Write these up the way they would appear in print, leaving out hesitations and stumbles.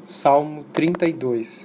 Salmo 32.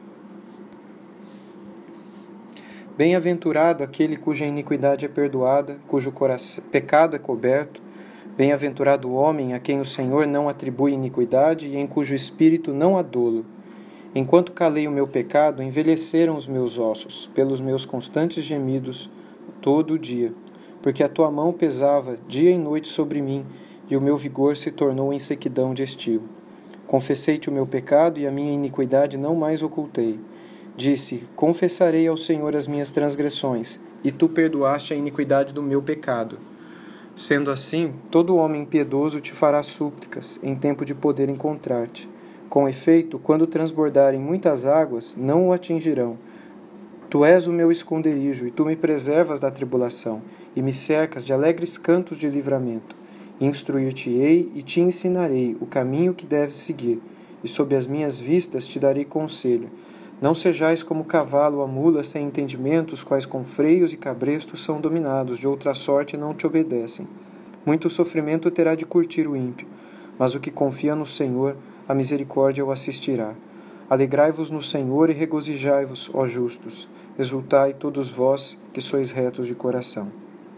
Bem-aventurado aquele cuja iniquidade é perdoada, cujo pecado é coberto. Bem-aventurado o homem a quem o Senhor não atribui iniquidade e em cujo espírito não há dolo. Enquanto calei o meu pecado, envelheceram os meus ossos, pelos meus constantes gemidos, todo o dia. Porque a tua mão pesava dia e noite sobre mim, e o meu vigor se tornou em sequidão de estio. Confessei-te o meu pecado e a minha iniquidade não mais ocultei. Disse, confessarei ao Senhor as minhas transgressões, e tu perdoaste a iniquidade do meu pecado. Sendo assim, todo homem piedoso te fará súplicas, em tempo de poder encontrar-te. Com efeito, quando transbordarem muitas águas, não o atingirão. Tu és o meu esconderijo, e tu me preservas da tribulação, e me cercas de alegres cantos de livramento. Instruir-te-ei e te ensinarei o caminho que deves seguir, e sob as minhas vistas te darei conselho. Não sejais como cavalo ou a mula sem entendimento, os quais com freios e cabrestos são dominados, de outra sorte não te obedecem. Muito sofrimento terá de curtir o ímpio, mas o que confia no Senhor, a misericórdia o assistirá. Alegrai-vos no Senhor e regozijai-vos, ó justos. Exultai todos vós que sois retos de coração.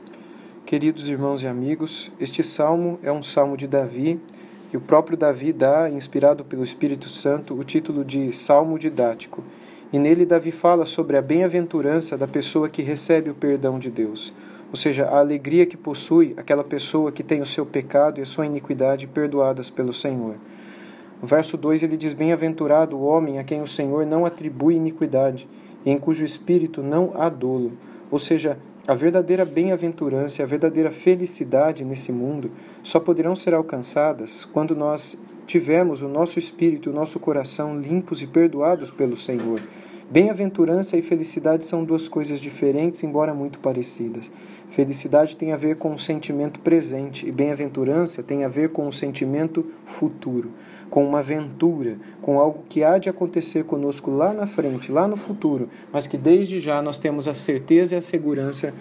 Queridos irmãos e amigos, este salmo é um salmo de Davi, que o próprio Davi dá, inspirado pelo Espírito Santo, o título de Salmo Didático. E nele Davi fala sobre a bem-aventurança da pessoa que recebe o perdão de Deus, ou seja, a alegria que possui aquela pessoa que tem o seu pecado e a sua iniquidade perdoadas pelo Senhor. No verso 2 ele diz, bem-aventurado o homem a quem o Senhor não atribui iniquidade, e em cujo espírito não há dolo, ou seja, a verdadeira bem-aventurança e a verdadeira felicidade nesse mundo só poderão ser alcançadas quando nós tivermos o nosso espírito, o nosso coração limpos e perdoados pelo Senhor. Bem-aventurança e felicidade são duas coisas diferentes, embora muito parecidas. Felicidade tem a ver com o sentimento presente e bem-aventurança tem a ver com o sentimento futuro, com uma aventura, com algo que há de acontecer conosco lá na frente, lá no futuro, mas que desde já nós temos a certeza e a segurança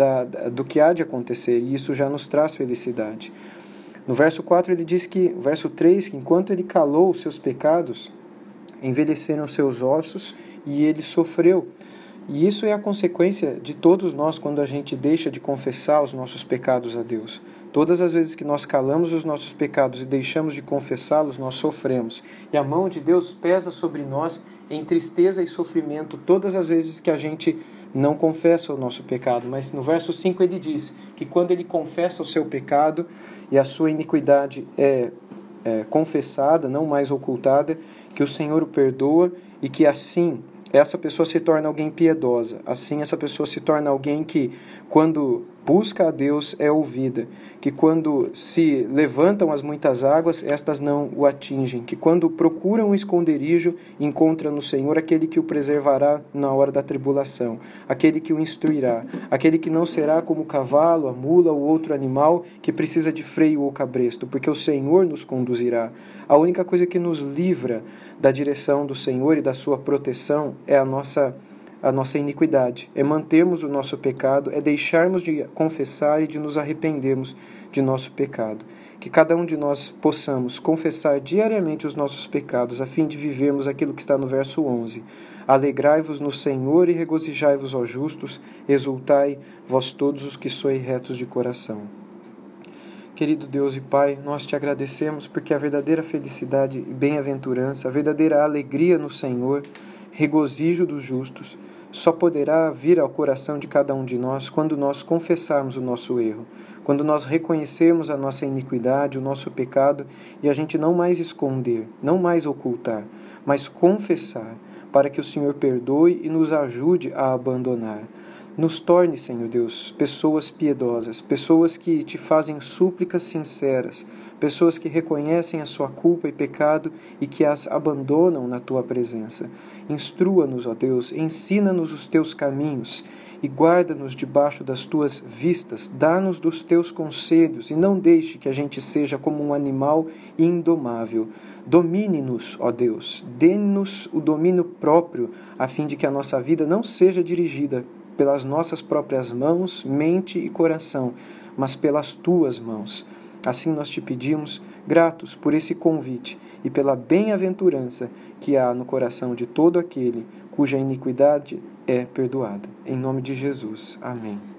do que há de acontecer, e isso já nos traz felicidade. No verso 4 ele diz que, verso 3, que enquanto ele calou os seus pecados, envelheceram seus ossos e ele sofreu. E isso é a consequência de todos nós quando a gente deixa de confessar os nossos pecados a Deus. Todas as vezes que nós calamos os nossos pecados e deixamos de confessá-los, nós sofremos. E a mão de Deus pesa sobre nós em tristeza e sofrimento todas as vezes que a gente não confessa o nosso pecado. Mas no verso 5 ele diz que quando ele confessa o seu pecado e a sua iniquidade é confessada, não mais ocultada, que o Senhor o perdoa e que assim essa pessoa se torna alguém piedosa. Assim essa pessoa se torna alguém que, quando busca a Deus, é ouvida. Que quando se levantam as muitas águas, estas não o atingem. Que quando procura um esconderijo, encontra no Senhor aquele que o preservará na hora da tribulação. Aquele que o instruirá. Aquele que não será como o cavalo, a mula ou outro animal que precisa de freio ou cabresto, porque o Senhor nos conduzirá. A única coisa que nos livra da direção do Senhor e da sua proteção é a nossa iniquidade, é mantermos o nosso pecado, é deixarmos de confessar e de nos arrependermos de nosso pecado. Que cada um de nós possamos confessar diariamente os nossos pecados, a fim de vivermos aquilo que está no verso 11. Alegrai-vos no Senhor e regozijai-vos, ó justos, exultai, vós todos os que sois retos de coração. Querido Deus e Pai, nós te agradecemos porque a verdadeira felicidade e bem-aventurança, a verdadeira alegria no Senhor, regozijo dos justos, só poderá vir ao coração de cada um de nós quando nós confessarmos o nosso erro, quando nós reconhecermos a nossa iniquidade, o nosso pecado, e a gente não mais esconder, não mais ocultar, mas confessar, para que o Senhor perdoe e nos ajude a abandonar. Nos torne, Senhor Deus, pessoas piedosas, pessoas que te fazem súplicas sinceras, pessoas que reconhecem a sua culpa e pecado e que as abandonam na tua presença. Instrua-nos, ó Deus, ensina-nos os teus caminhos e guarda-nos debaixo das tuas vistas, dá-nos dos teus conselhos e não deixe que a gente seja como um animal indomável. Domine-nos, ó Deus, dê-nos o domínio próprio, a fim de que a nossa vida não seja dirigida pelas nossas próprias mãos, mente e coração, mas pelas tuas mãos. Assim nós te pedimos, gratos por esse convite e pela bem-aventurança que há no coração de todo aquele cuja iniquidade é perdoada. Em nome de Jesus. Amém.